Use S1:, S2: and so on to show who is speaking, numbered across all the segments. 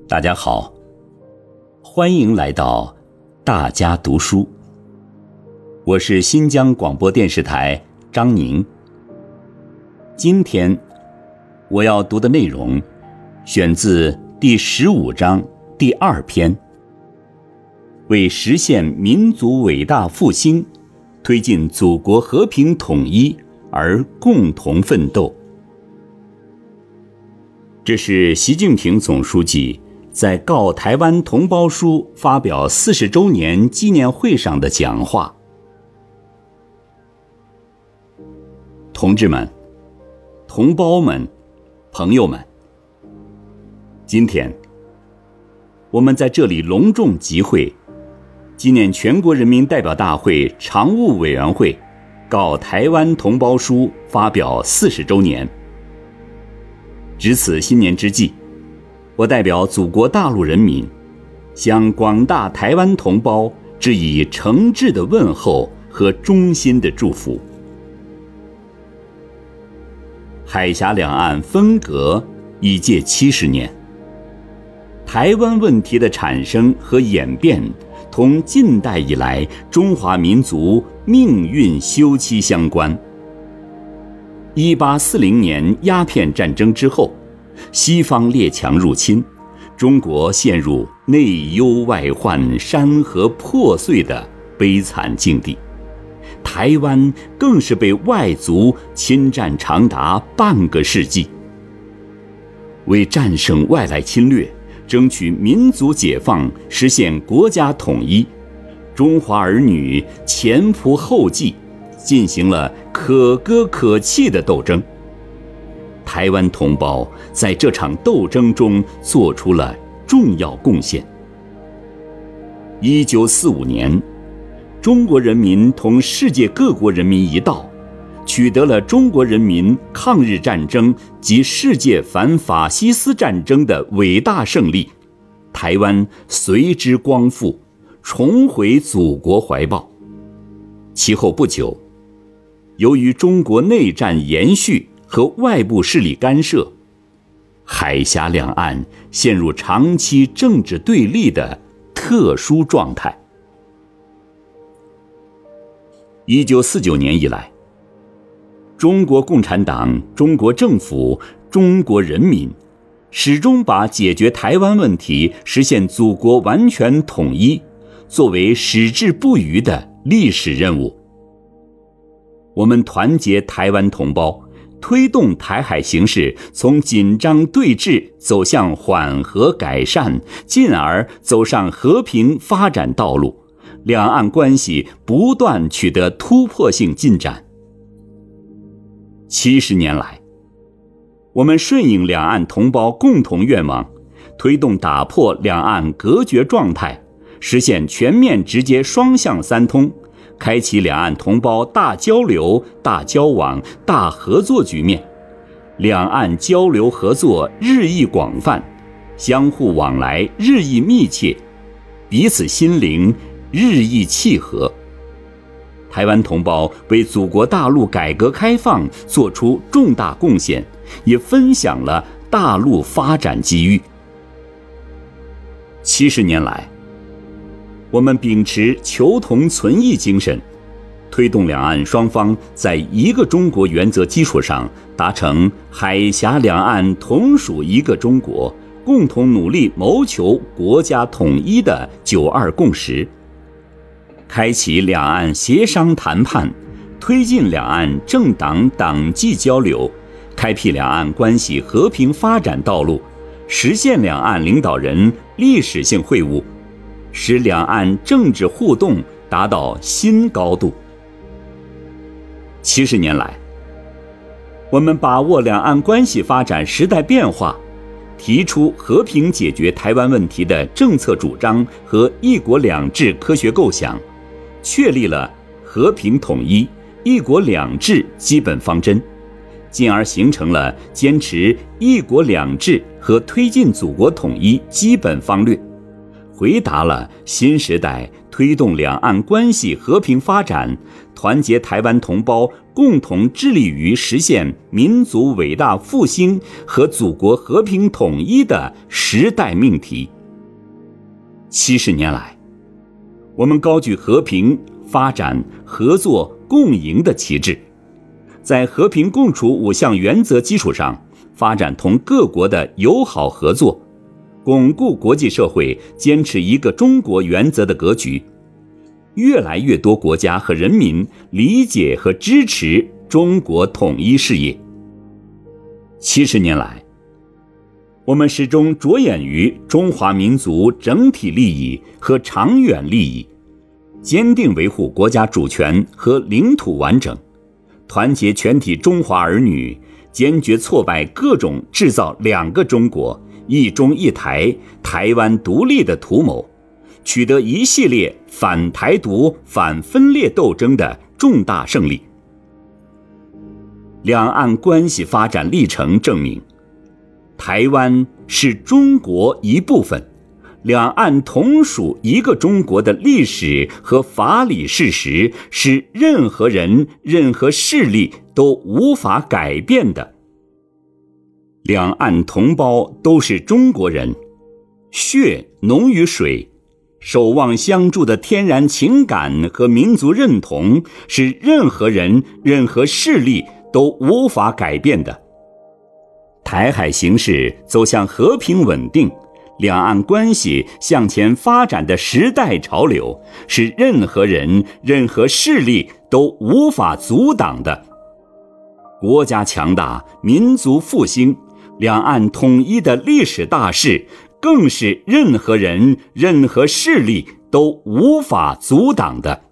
S1: 大家好，欢迎来到大家读书。我是新疆广播电视台张宁。今天我要读的内容选自第15章第2篇，为实现民族伟大复兴，推进祖国和平统一而共同奋斗。这是习近平总书记在告台湾同胞书发表40周年纪念会上的讲话。同志们、同胞们、朋友们，今天我们在这里隆重集会，纪念全国人民代表大会常务委员会告台湾同胞书发表40周年。值此新年之际，我代表祖国大陆人民，向广大台湾同胞致以诚挚的问候和衷心的祝福。海峡两岸分隔已届70年，台湾问题的产生和演变，同近代以来中华民族命运休戚相关。1840年鸦片战争之后，西方列强入侵，中国陷入内忧外患、山河破碎的悲惨境地，台湾更是被外族侵占长达半个世纪。为战胜外来侵略，争取民族解放，实现国家统一，中华儿女前仆后继，进行了可歌可泣的斗争。台湾同胞在这场斗争中做出了重要贡献。1945年，中国人民同世界各国人民一道，取得了中国人民抗日战争及世界反法西斯战争的伟大胜利，台湾随之光复，重回祖国怀抱。其后不久，由于中国内战延续和外部势力干涉，海峡两岸陷入长期政治对立的特殊状态。1949年以来，中国共产党、中国政府、中国人民始终把解决台湾问题、实现祖国完全统一作为矢志不渝的历史任务。我们团结台湾同胞，推动台海形势从紧张对峙走向缓和改善，进而走上和平发展道路，两岸关系不断取得突破性进展。70年来，我们顺应两岸同胞共同愿望，推动打破两岸隔绝状态，实现全面直接双向三通，开启两岸同胞大交流、大交往、大合作局面，两岸交流合作日益广泛，相互往来日益密切，彼此心灵日益契合。台湾同胞为祖国大陆改革开放做出重大贡献，也分享了大陆发展机遇。70年来，我们秉持求同存异精神，推动两岸双方在一个中国原则基础上达成海峡两岸同属一个中国，共同努力谋求国家统一的92共识，开启两岸协商谈判，推进两岸政党党纪交流，开辟两岸关系和平发展道路，实现两岸领导人历史性会晤，使两岸政治互动达到新高度。70年来，我们把握两岸关系发展时代变化，提出和平解决台湾问题的政策主张和一国两制科学构想，确立了和平统一、一国两制基本方针，进而形成了坚持一国两制和推进祖国统一基本方略，回答了新时代推动两岸关系和平发展、团结台湾同胞共同致力于实现民族伟大复兴和祖国和平统一的时代命题。70年来，我们高举和平、发展、合作、共赢的旗帜，在和平共处5项原则基础上，发展同各国的友好合作，巩固国际社会坚持一个中国原则的格局。越来越多国家和人民理解和支持中国统一事业。70年来，我们始终着眼于中华民族整体利益和长远利益，坚定维护国家主权和领土完整，团结全体中华儿女，坚决挫败各种制造2个中国、一中一台、台湾独立的图谋，取得一系列反台独、反分裂斗争的重大胜利。两岸关系发展历程证明，台湾是中国一部分，两岸同属一个中国的历史和法理事实是任何人、任何势力都无法改变的。两岸同胞都是中国人，血浓于水，守望相助的天然情感和民族认同是任何人、任何势力都无法改变的。台海形势走向和平稳定，两岸关系向前发展的时代潮流是任何人、任何势力都无法阻挡的。国家强大、民族复兴、两岸统一的历史大势，更是任何人、任何势力都无法阻挡的。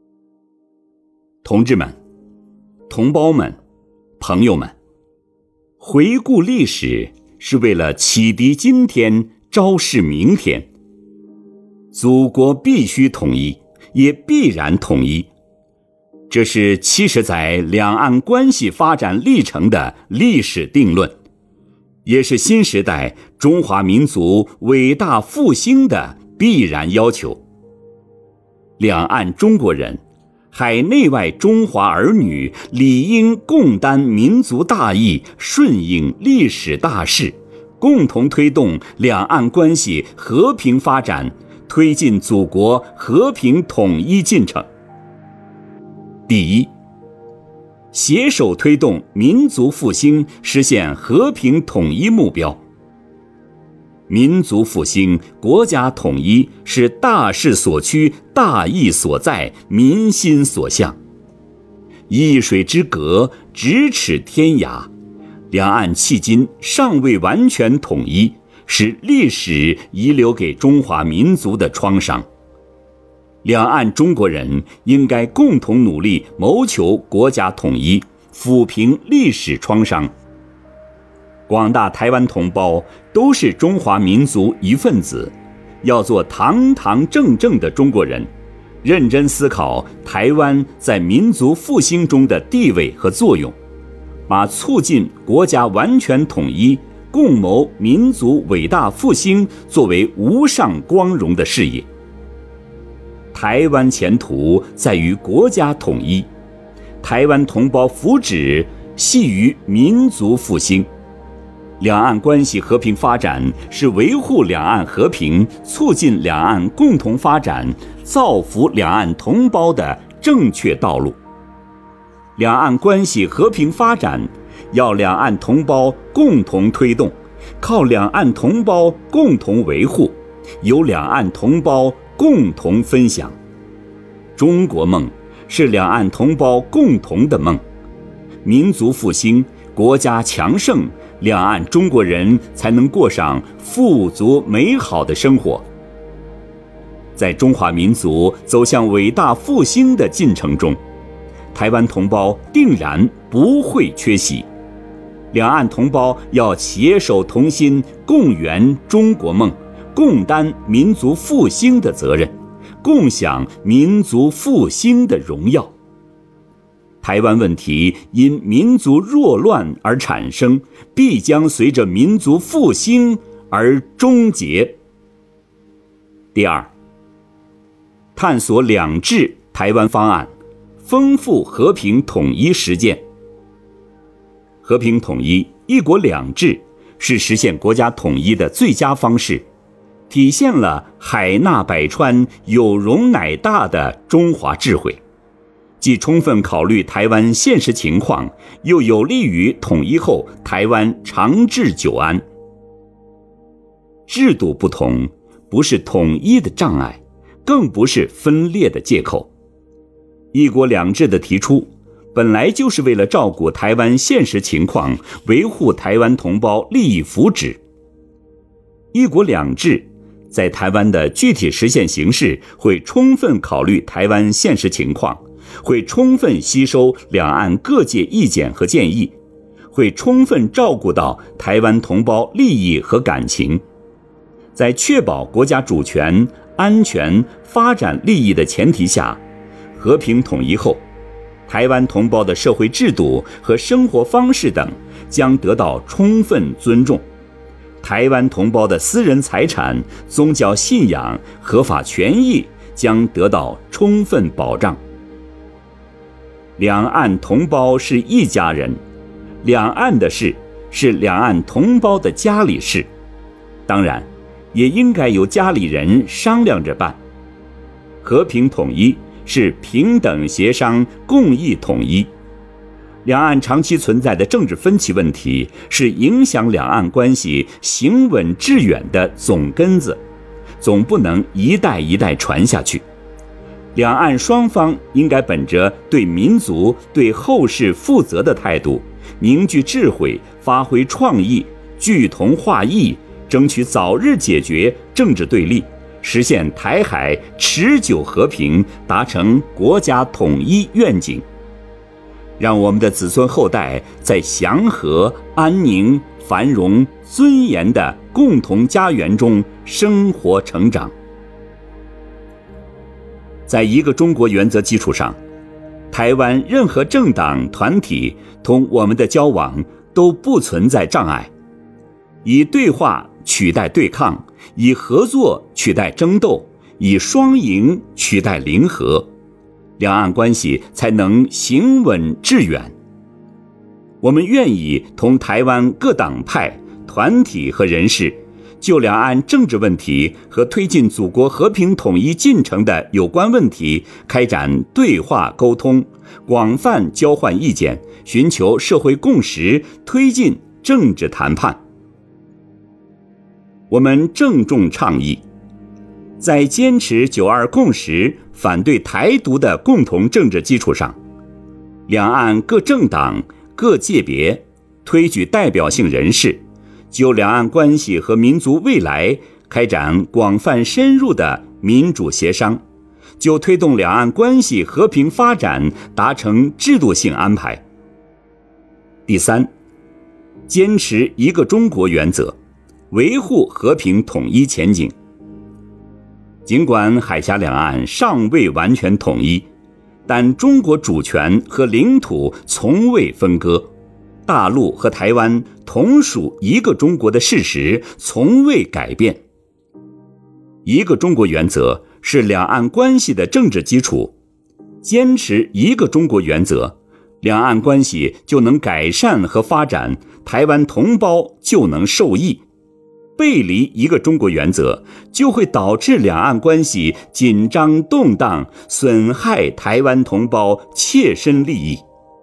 S1: 同志们、同胞们、朋友们，回顾历史是为了启迪今天，昭示明天。祖国必须统一，也必然统一，这是70载两岸关系发展历程的历史定论，也是新时代中华民族伟大复兴的必然要求。两岸中国人，海内外中华儿女理应共担民族大义，顺应历史大势，共同推动两岸关系和平发展，推进祖国和平统一进程。第一，携手推动民族复兴，实现和平统一目标。民族复兴、国家统一是大势所趋、大义所在、民心所向。一水之隔，咫尺天涯，两岸迄今尚未完全统一，是历史遗留给中华民族的创伤。两岸中国人应该共同努力，谋求国家统一，抚平历史创伤。广大台湾同胞都是中华民族一份子，要做堂堂正正的中国人，认真思考台湾在民族复兴中的地位和作用，把促进国家完全统一、共谋民族伟大复兴作为无上光荣的事业。台湾前途在于国家统一，台湾同胞福祉系于民族复兴。两岸关系和平发展是维护两岸和平、促进两岸共同发展、造福两岸同胞的正确道路。两岸关系和平发展要两岸同胞共同推动，靠两岸同胞共同维护，由两岸同胞共同分享。中国梦是两岸同胞共同的梦，民族复兴、国家强盛，两岸中国人才能过上富足美好的生活。在中华民族走向伟大复兴的进程中，台湾同胞定然不会缺席。两岸同胞要携手同心，共圆中国梦，共担民族复兴的责任，共享民族复兴的荣耀。台湾问题因民族弱乱而产生，必将随着民族复兴而终结。第二，探索两制台湾方案， 丰富和平统一实践。和平统一、一国两制是实现国家统一的最佳方式，体现了海纳百川、有容乃大的中华智慧，既充分考虑台湾现实情况，又有利于统一后台湾长治久安。制度不同，不是统一的障碍，更不是分裂的借口。一国两制的提出，本来就是为了照顾台湾现实情况，维护台湾同胞利益福祉。一国两制在台湾的具体实现形式会充分考虑台湾现实情况，会充分吸收两岸各界意见和建议，会充分照顾到台湾同胞利益和感情，在确保国家主权、安全、发展利益的前提下，和平统一后，台湾同胞的社会制度和生活方式等将得到充分尊重，台湾同胞的私人财产、宗教信仰、合法权益将得到充分保障。两岸同胞是一家人，两岸的事是两岸同胞的家里事，当然也应该由家里人商量着办。和平统一是平等协商、共议统一。两岸长期存在的政治分歧问题是影响两岸关系行稳致远的总根子，总不能一代一代传下去。两岸双方应该本着对民族、对后世负责的态度，凝聚智慧，发挥创意，聚同化异，争取早日解决政治对立，实现台海持久和平，达成国家统一愿景。让我们的子孙后代在祥和、安宁、繁荣、尊严的共同家园中生活成长。在一个中国原则基础上，台湾任何政党团体同我们的交往都不存在障碍，以对话取代对抗，以合作取代争斗，以双赢取代零和，两岸关系才能行稳致远。我们愿意同台湾各党派、团体和人士就两岸政治问题和推进祖国和平统一进程的有关问题开展对话沟通，广泛交换意见，寻求社会共识，推进政治谈判。我们郑重倡议，在坚持9·2共识、反对台独的共同政治基础上，两岸各政党、各界别推举代表性人士，就两岸关系和民族未来开展广泛深入的民主协商，就推动两岸关系和平发展达成制度性安排。第三，坚持一个中国原则，维护和平统一前景。尽管海峡两岸尚未完全统一，但中国主权和领土从未分割，大陆和台湾同属一个中国的事实从未改变。一个中国原则是两岸关系的政治基础，坚持一个中国原则，两岸关系就能改善和发展，台湾同胞就能受益。背离一个中国原则，就会导致两岸关系紧张动荡，损害台湾同胞切身利益。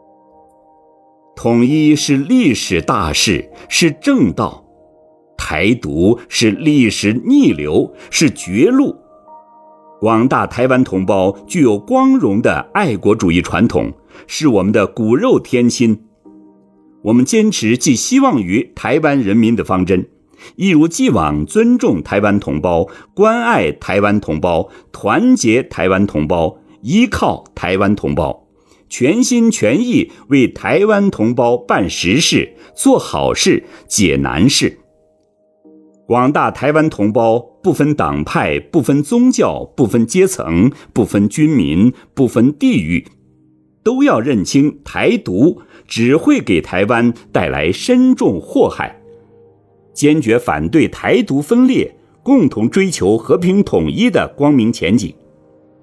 S1: 统一是历史大事，是正道；台独是历史逆流，是绝路。广大台湾同胞具有光荣的爱国主义传统，是我们的骨肉天亲。我们坚持寄希望于台湾人民的方针，一如既往尊重台湾同胞，关爱台湾同胞，团结台湾同胞，依靠台湾同胞，全心全意为台湾同胞办实事、做好事、解难事。广大台湾同胞不分党派、不分宗教、不分阶层、不分军民、不分地域，都要认清台独只会给台湾带来深重祸害，坚决反对台独分裂，共同追求和平统一的光明前景。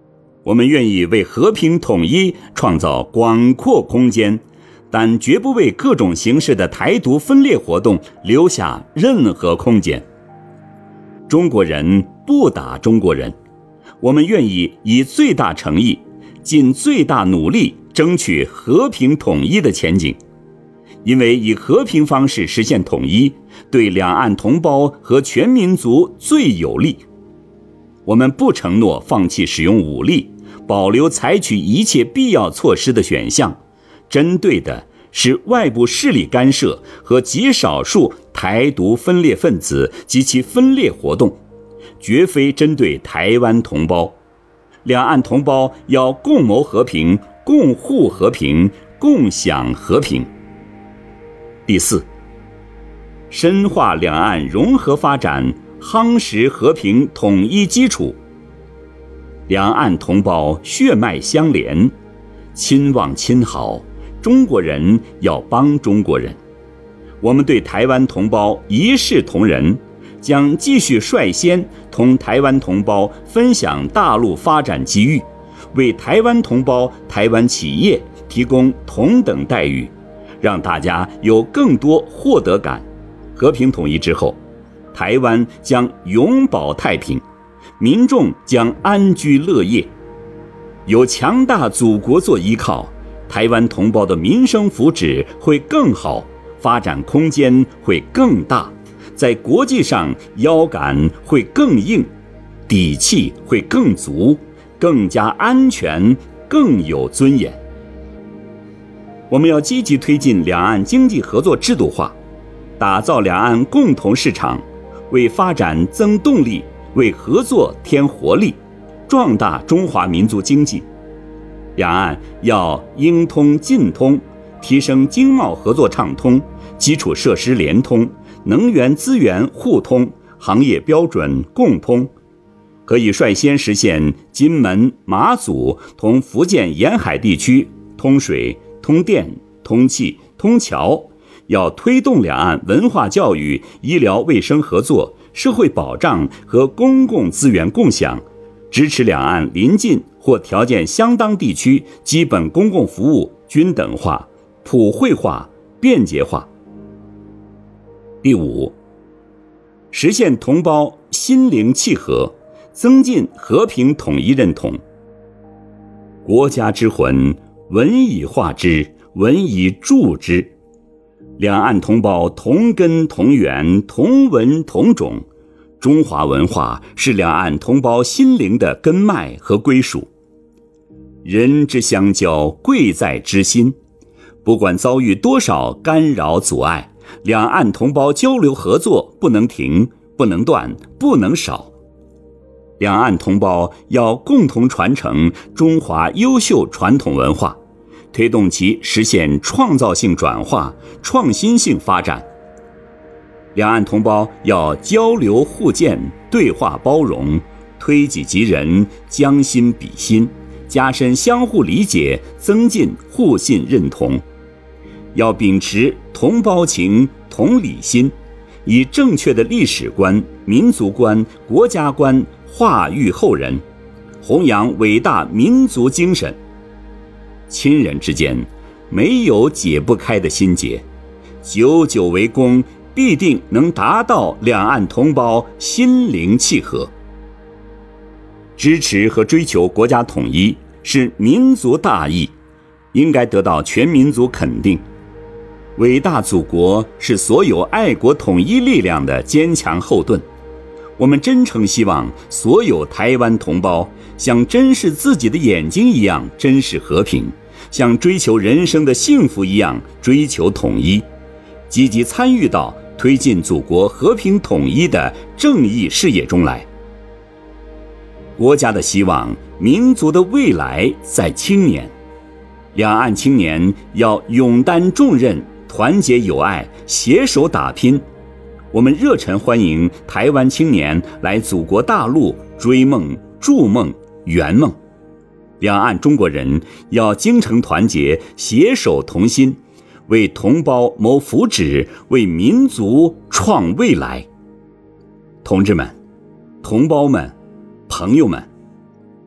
S1: 我们愿意为和平统一创造广阔空间，但绝不为各种形式的台独分裂活动留下任何空间。中国人不打中国人，我们愿意以最大诚意，尽最大努力争取和平统一的前景。因为以和平方式实现统一，对两岸同胞和全民族最有利。我们不承诺放弃使用武力，保留采取一切必要措施的选项，针对的是外部势力干涉和极少数台独分裂分子及其分裂活动，绝非针对台湾同胞。两岸同胞要共谋和平，共护和平，共享和平。第四，深化两岸融合发展，夯实和平统一基础。两岸同胞血脉相连，亲望亲好，中国人要帮中国人。我们对台湾同胞一视同仁，将继续率先同台湾同胞分享大陆发展机遇，为台湾同胞、台湾企业提供同等待遇，让大家有更多获得感。和平统一之后，台湾将永保太平，民众将安居乐业。有强大祖国做依靠，台湾同胞的民生福祉会更好，发展空间会更大，在国际上腰杆会更硬，底气会更足，更加安全，更有尊严。我们要积极推进两岸经济合作制度化，打造两岸共同市场，为发展增动力，为合作添活力，壮大中华民族经济。两岸要应通尽通，提升经贸合作畅通，基础设施联通，能源资源互通，行业标准共通。可以率先实现金门、马祖同福建沿海地区通水、通电、通气、通桥，要推动两岸文化教育、医疗卫生合作、社会保障和公共资源共享，支持两岸邻近或条件相当地区基本公共服务均等化、普惠化、便捷化。第五，实现同胞心灵契合，增进和平统一认同。国家之魂，文以化之，文以铸之。两岸同胞同根同源，同文同种。中华文化是两岸同胞心灵的根脉和归属。人之相交，贵在知心。不管遭遇多少干扰阻碍，两岸同胞交流合作不能停，不能断，不能少。两岸同胞要共同传承中华优秀传统文化，推动其实现创造性转化、创新性发展。两岸同胞要交流互鉴、对话包容，推己及人，将心比心，加深相互理解，增进互信认同。要秉持同胞情、同理心，以正确的历史观、民族观、国家观化育后人，弘扬伟大民族精神。亲人之间没有解不开的心结，久久为功，必定能达到两岸同胞心灵契合。支持和追求国家统一是民族大义，应该得到全民族肯定。伟大祖国是所有爱国统一力量的坚强后盾。我们真诚希望所有台湾同胞像珍视自己的眼睛一样珍视和平，像追求人生的幸福一样追求统一，积极参与到推进祖国和平统一的正义事业中来。国家的希望，民族的未来在青年。两岸青年要勇担重任，团结友爱，携手打拼。我们热忱欢迎台湾青年来祖国大陆追梦、筑梦、圆梦。两岸中国人要精诚团结，携手同心，为同胞谋福祉，为民族创未来。同志们、同胞们、朋友们，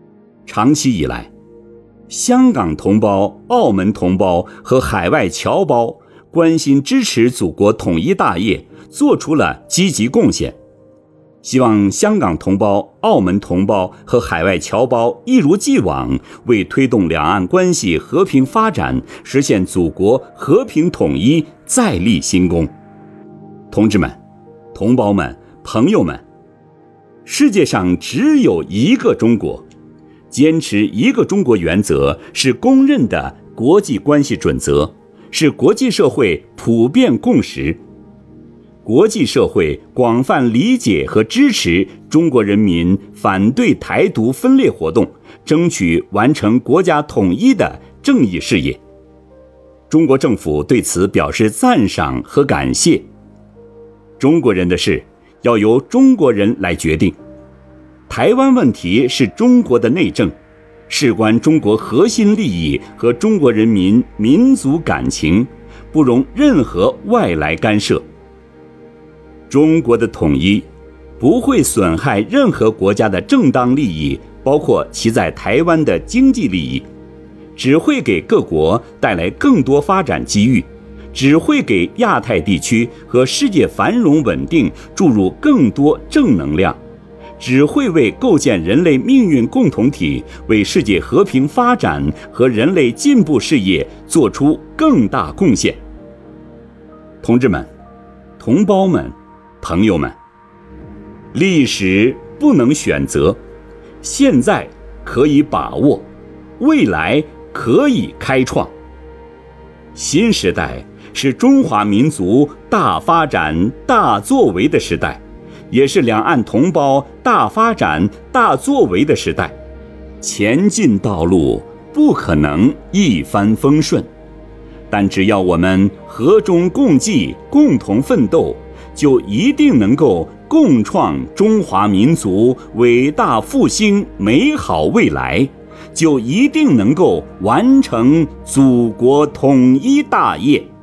S1: 长期以来，香港同胞、澳门同胞和海外侨胞关心支持祖国统一大业，做出了积极贡献。希望香港同胞、澳门同胞和海外侨胞一如既往，为推动两岸关系和平发展，实现祖国和平统一再立新功。同志们、同胞们、朋友们，世界上只有一个中国，坚持一个中国原则是公认的国际关系准则，是国际社会普遍共识。国际社会广泛理解和支持中国人民反对台独分裂活动，争取完成国家统一的正义事业。中国政府对此表示赞赏和感谢。中国人的事要由中国人来决定，台湾问题是中国的内政，事关中国核心利益和中国人民民族感情，不容任何外来干涉。中国的统一不会损害任何国家的正当利益，包括其在台湾的经济利益，只会给各国带来更多发展机遇，只会给亚太地区和世界繁荣稳定注入更多正能量，只会为构建人类命运共同体、为世界和平发展和人类进步事业做出更大贡献。同志们、同胞们、朋友们，历史不能选择，现在可以把握，未来可以开创。新时代是中华民族大发展、大作为的时代，也是两岸同胞大发展、大作为的时代。前进道路不可能一帆风顺，但只要我们和衷共济、共同奋斗，就一定能够共创中华民族伟大复兴美好未来，就一定能够完成祖国统一大业。